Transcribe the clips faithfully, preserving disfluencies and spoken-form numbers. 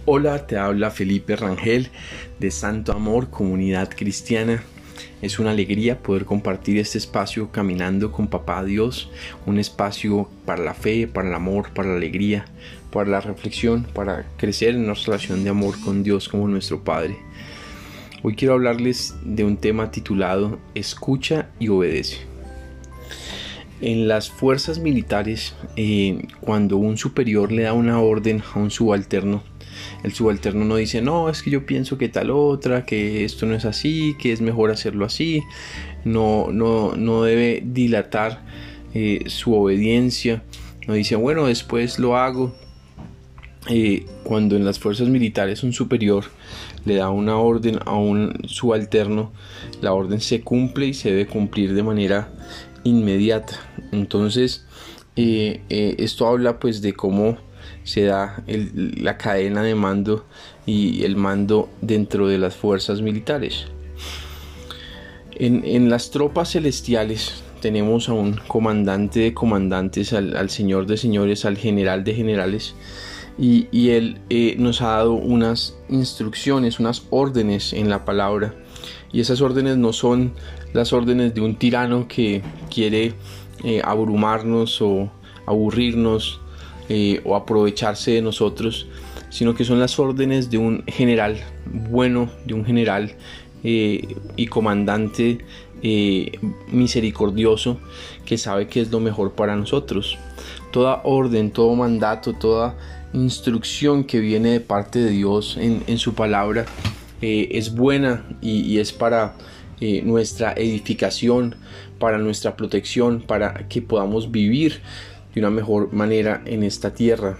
Hola, te habla Felipe Rangel de Santo Amor, Comunidad Cristiana. Es una alegría poder compartir este espacio caminando con Papá Dios, un espacio para la fe, para el amor, para la alegría, para la reflexión, para crecer en nuestra relación de amor con Dios como nuestro Padre. Hoy quiero hablarles de un tema titulado Escucha y obedece. En las fuerzas militares, eh, cuando un superior le da una orden a un subalterno, el subalterno no dice, no, es que yo pienso que tal otra, que esto no es así, que es mejor hacerlo así. No, no, no debe dilatar eh, su obediencia. No dice, bueno, después lo hago. Eh, cuando en las fuerzas militares un superior le da una orden a un subalterno, la orden se cumple y se debe cumplir de manera inmediata. Entonces, eh, eh, esto habla pues de cómo se da el, la cadena de mando y el mando dentro de las fuerzas militares. En, en las tropas celestiales tenemos a un comandante de comandantes, al, al señor de señores, al general de generales, y, y él eh, nos ha dado unas instrucciones, unas órdenes en la palabra, y esas órdenes no son las órdenes de un tirano que quiere eh, abrumarnos o aburrirnos, Eh, o aprovecharse de nosotros, sino que son las órdenes de un general bueno, de un general eh, y comandante eh, misericordioso, que sabe que es lo mejor para nosotros. Toda orden, todo mandato, toda instrucción que viene de parte de Dios en, en su palabra eh, es buena y, y es para eh, nuestra edificación, para nuestra protección, para que podamos vivir de una mejor manera en esta tierra.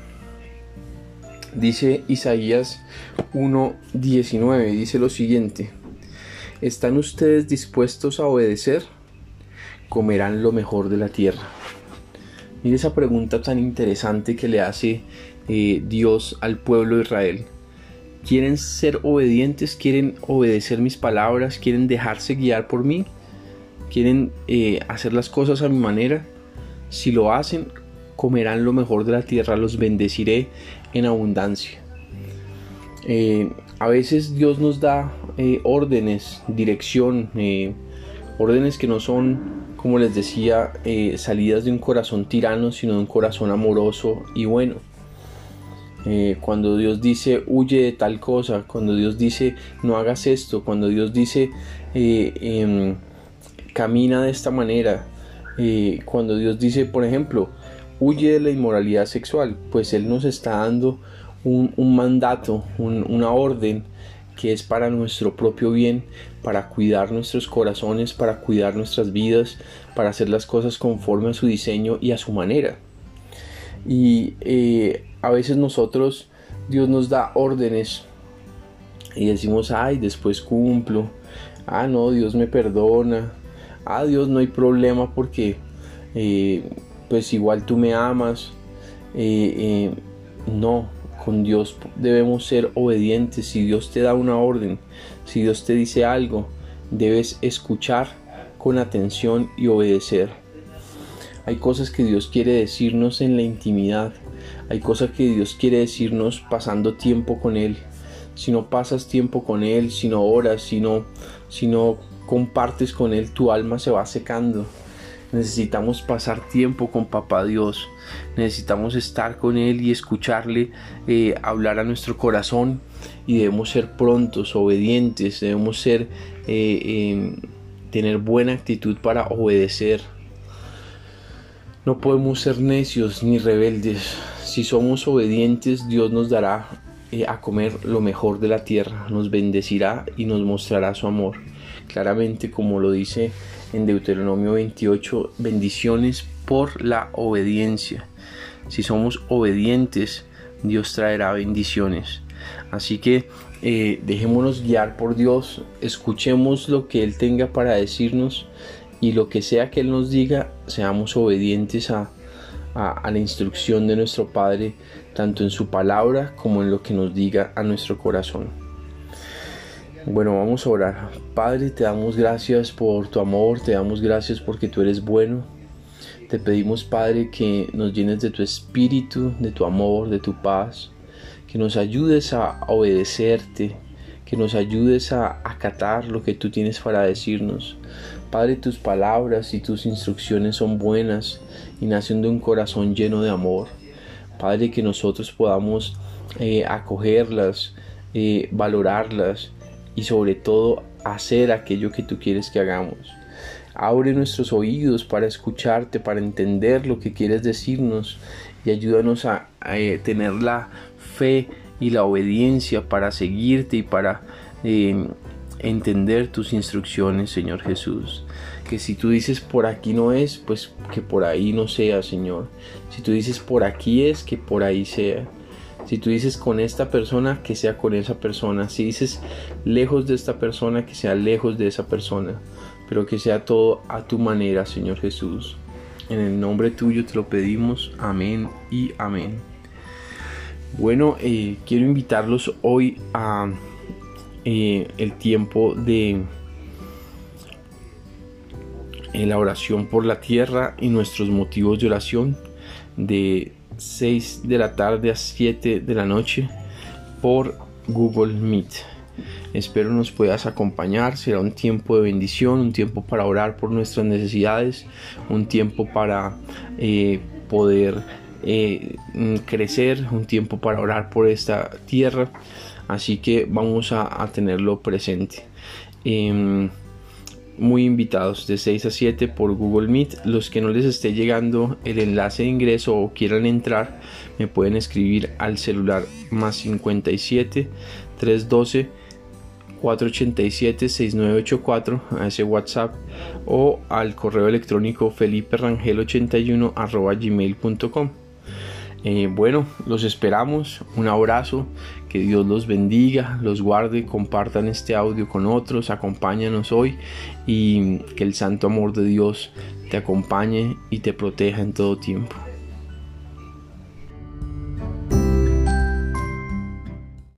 Dice Isaías uno diecinueve, dice lo siguiente: ¿están ustedes dispuestos a obedecer? Comerán lo mejor de la tierra. Mire esa pregunta tan interesante que le hace eh, Dios al pueblo de Israel. ¿Quieren ser obedientes? ¿Quieren obedecer mis palabras? ¿Quieren dejarse guiar por mí? ¿Quieren eh, hacer las cosas a mi manera? Si lo hacen, comerán lo mejor de la tierra, los bendeciré en abundancia. Eh, a veces Dios nos da eh, órdenes, dirección, eh, órdenes que no son, como les decía, eh, salidas de un corazón tirano, sino de un corazón amoroso y bueno. Eh, cuando Dios dice huye de tal cosa, cuando Dios dice no hagas esto, cuando Dios dice eh, eh, camina de esta manera, eh, cuando Dios dice, por ejemplo, huye de la inmoralidad sexual, pues Él nos está dando un, un mandato, un, una orden que es para nuestro propio bien, para cuidar nuestros corazones, para cuidar nuestras vidas, para hacer las cosas conforme a su diseño y a su manera. Y eh, a veces nosotros, Dios nos da órdenes y decimos, ay, después cumplo, ah, no, Dios me perdona, ah, Dios, no hay problema porque eh, pues igual tú me amas. Eh, eh, no, con Dios debemos ser obedientes. Si Dios te da una orden, si Dios te dice algo, debes escuchar con atención y obedecer. Hay cosas que Dios quiere decirnos en la intimidad, hay cosas que Dios quiere decirnos pasando tiempo con Él. Si no pasas tiempo con Él, si no oras, si no, si no compartes con Él, tu alma se va secando. Necesitamos pasar tiempo con Papá Dios, necesitamos estar con Él y escucharle eh, hablar a nuestro corazón, y debemos ser prontos, obedientes, debemos ser, eh, eh, tener buena actitud para obedecer. No podemos ser necios ni rebeldes. Si somos obedientes, Dios nos dará eh, a comer lo mejor de la tierra, nos bendecirá y nos mostrará su amor. Claramente, como lo dice en Deuteronomio veintiocho, bendiciones por la obediencia. Si somos obedientes, Dios traerá bendiciones. Así que eh, dejémonos guiar por Dios, escuchemos lo que Él tenga para decirnos, y lo que sea que Él nos diga, seamos obedientes a, a, a la instrucción de nuestro Padre, tanto en su palabra como en lo que nos diga a nuestro corazón. Bueno, vamos a orar. Padre, te damos gracias por tu amor, te damos gracias porque tú eres bueno. Te pedimos, Padre, que nos llenes de tu espíritu, de tu amor, de tu paz, que nos ayudes a obedecerte, que nos ayudes a acatar lo que tú tienes para decirnos. Padre, tus palabras y tus instrucciones son buenas y nacen de un corazón lleno de amor. Padre, que nosotros podamos eh, acogerlas, eh, valorarlas y sobre todo hacer aquello que tú quieres que hagamos. Abre nuestros oídos para escucharte, para entender lo que quieres decirnos y ayúdanos a, a eh, tener la fe y la obediencia para seguirte y para eh, entender tus instrucciones, Señor Jesús. Que si tú dices por aquí no es, pues que por ahí no sea, Señor. Si tú dices por aquí es, que por ahí sea. Si tú dices con esta persona, que sea con esa persona. Si dices lejos de esta persona, que sea lejos de esa persona. Pero que sea todo a tu manera, Señor Jesús. En el nombre tuyo te lo pedimos. Amén y amén. Bueno, eh, quiero invitarlos hoy a eh, el tiempo de eh, la oración por la tierra y nuestros motivos de oración de seis de la tarde a siete de la noche por Google Meet. Espero nos puedas acompañar. Será un tiempo de bendición, un tiempo para orar por nuestras necesidades, un tiempo para eh, poder eh, crecer, un tiempo para orar por esta tierra. Así que vamos a, a tenerlo presente. Eh, muy invitados de seis a siete por Google Meet. Los que no les esté llegando el enlace de ingreso o quieran entrar, me pueden escribir al celular más cincuenta y siete, trescientos doce, cuatrocientos ochenta y siete, sesenta y nueve ochenta y cuatro, a ese WhatsApp, o al correo electrónico felipe rangel ochenta y uno arroba gmail punto com. Eh, bueno, los esperamos. Un abrazo, que Dios los bendiga, los guarde, compartan este audio con otros, acompáñanos hoy y que el santo amor de Dios te acompañe y te proteja en todo tiempo.